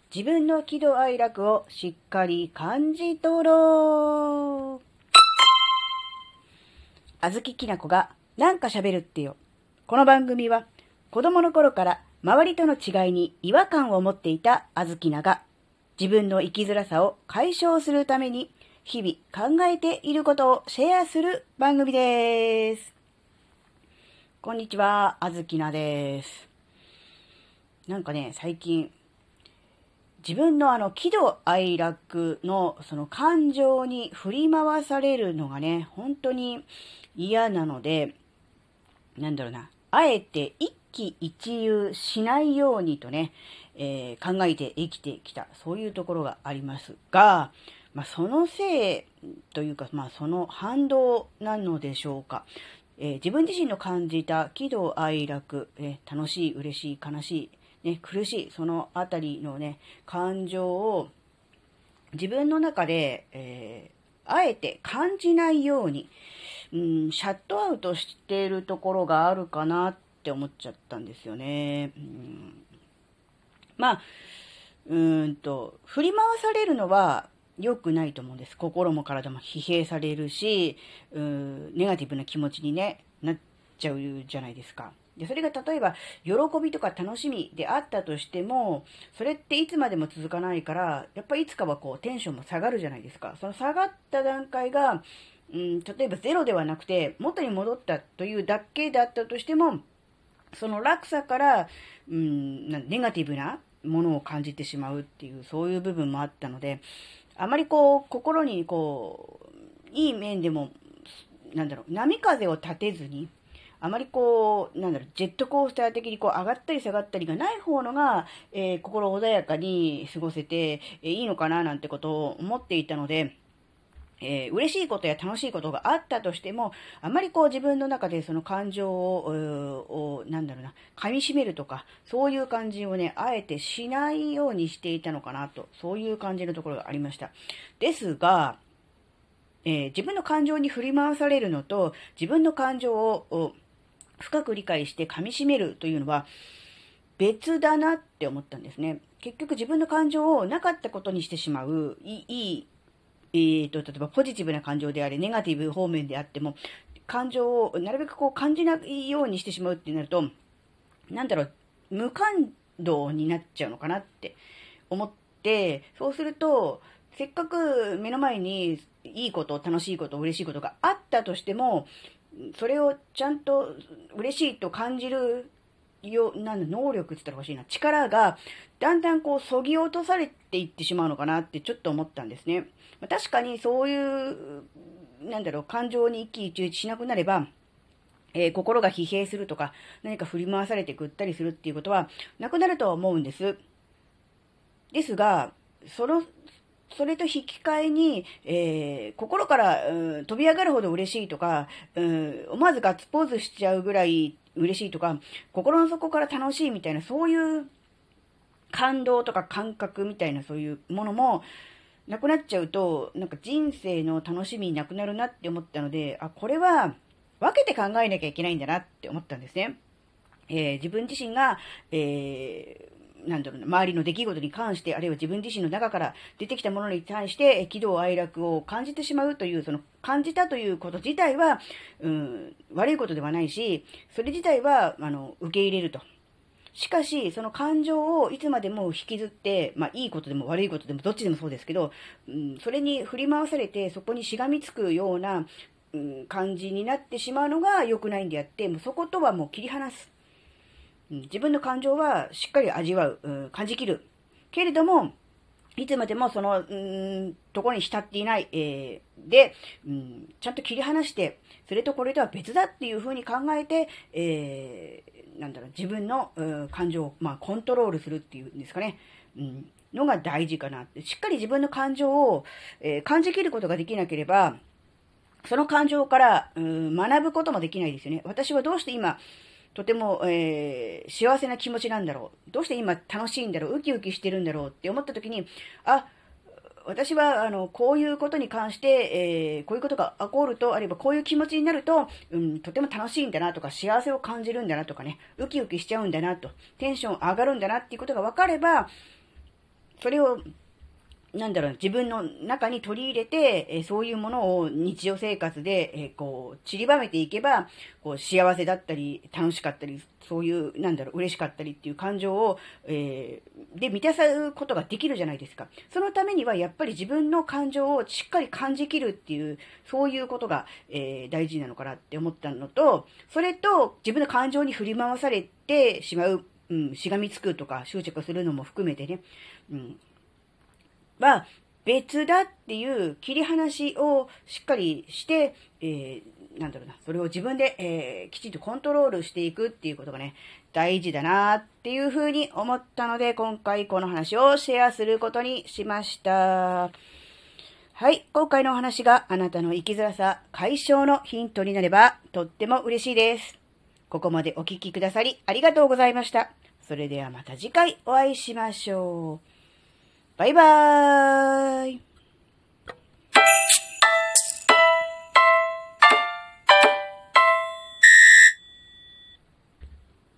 自分の喜怒哀楽をしっかり感じ取ろう。あずききなこがなんか喋るってよ。この番組は子供の頃から周りとの違いに違和感を持っていたあずきなが自分の生きづらさを解消するために日々考えていることをシェアする番組です。こんにちは、あずきなです。なんかね、最近自分の喜怒哀楽のその感情に振り回されるのがね、本当に嫌なので、あえて一喜一憂しないようにとね、考えて生きてきた、そういうところがありますが、そのせいというか、その反動なのでしょうか。自分自身の感じた喜怒哀楽、楽しい、嬉しい、悲しい、苦しい、そのあたりのね、感情を自分の中で、あえて感じないように、シャットアウトしているところがあるかなって思っちゃったんですよね。振り回されるのは良くないと思うんです。心も体も疲弊されるし、ネガティブな気持ちにね、なっちゃうじゃないですか。で、それが例えば、喜びとか楽しみであったとしても、それっていつまでも続かないから、やっぱりいつかはこう、テンションも下がるじゃないですか。その下がった段階が、例えばゼロではなくて、元に戻ったというだけだったとしても、その落差から、ネガティブなものを感じてしまうっていう、そういう部分もあったので、あまりこう、心にこう、いい面でも、波風を立てずに、あまりこう、ジェットコースター的にこう上がったり下がったりがない方のが、心穏やかに過ごせて、いいのかななんてことを思っていたので、嬉しいことや楽しいことがあったとしても、あまりこう自分の中でその感情を噛み締めるとか、そういう感じをね、あえてしないようにしていたのかなと、そういう感じのところがありました。ですが、自分の感情に振り回されるのと、自分の感情を深く理解して噛み締めるというのは別だなって思ったんですね。結局自分の感情をなかったことにしてしまう、例えばポジティブな感情であれ、ネガティブ方面であっても、感情をなるべくこう感じないようにしてしまうってなると、無感動になっちゃうのかなって思って、そうすると、せっかく目の前にいいこと、楽しいこと、嬉しいことがあったとしても、それをちゃんと嬉しいと感じる能力って言ったら欲しいな。力が、だんだんこう、削ぎ落とされていってしまうのかなってちょっと思ったんですね。確かにそういう、感情に一喜一憂しなくなれば、心が疲弊するとか、何か振り回されてぐったりするっていうことは、なくなるとは思うんです。ですが、それと引き換えに、心から、飛び上がるほど嬉しいとか、思わずガッツポーズしちゃうぐらい嬉しいとか、心の底から楽しいみたいな、そういう感動とか感覚みたいなそういうものもなくなっちゃうと、人生の楽しみなくなるなって思ったので、これは分けて考えなきゃいけないんだなって思ったんですね。自分自身が、周りの出来事に関して、あるいは自分自身の中から出てきたものに対して、喜怒哀楽を感じてしまうという、その感じたということ自体は、悪いことではないし、それ自体は、受け入れると。しかし、その感情をいつまでも引きずって、いいことでも悪いことでもどっちでもそうですけど、それに振り回されて、そこにしがみつくような、感じになってしまうのが良くないんであって、もうそことはもう切り離す。自分の感情はしっかり味わう、感じきる。けれども、いつまでもその、ところに浸っていない、で、ちゃんと切り離して、それとこれとは別だっていうふうに考えて、自分の、感情を、コントロールするっていうんですかね。のが大事かなって。しっかり自分の感情を、感じきることができなければ、その感情から、学ぶこともできないですよね。私はどうして今、とても、幸せな気持ちなんだろう。どうして今楽しいんだろう。ウキウキしてるんだろうって思った時に、私は、こういうことに関して、こういうことが起こると、あるいはこういう気持ちになると、とても楽しいんだなとか、幸せを感じるんだなとかね、ウキウキしちゃうんだなと、テンション上がるんだなっていうことが分かれば、 それを自分の中に取り入れて、そういうものを日常生活で、散りばめていけば、幸せだったり、楽しかったり、そういう、嬉しかったりっていう感情を、で満たすことができるじゃないですか。そのためには、やっぱり自分の感情をしっかり感じきるっていう、そういうことが、大事なのかなって思ったのと、それと、自分の感情に振り回されてしまう、しがみつくとか執着するのも含めてね、は別だっていう切り離しをしっかりして、それを自分で、きちんとコントロールしていくっていうことがね、大事だなっていうふうに思ったので、今回この話をシェアすることにしました。はい、今回のお話があなたの生きづらさ解消のヒントになればとっても嬉しいです。ここまでお聞きくださりありがとうございました。それではまた次回お会いしましょう。バイバーイ。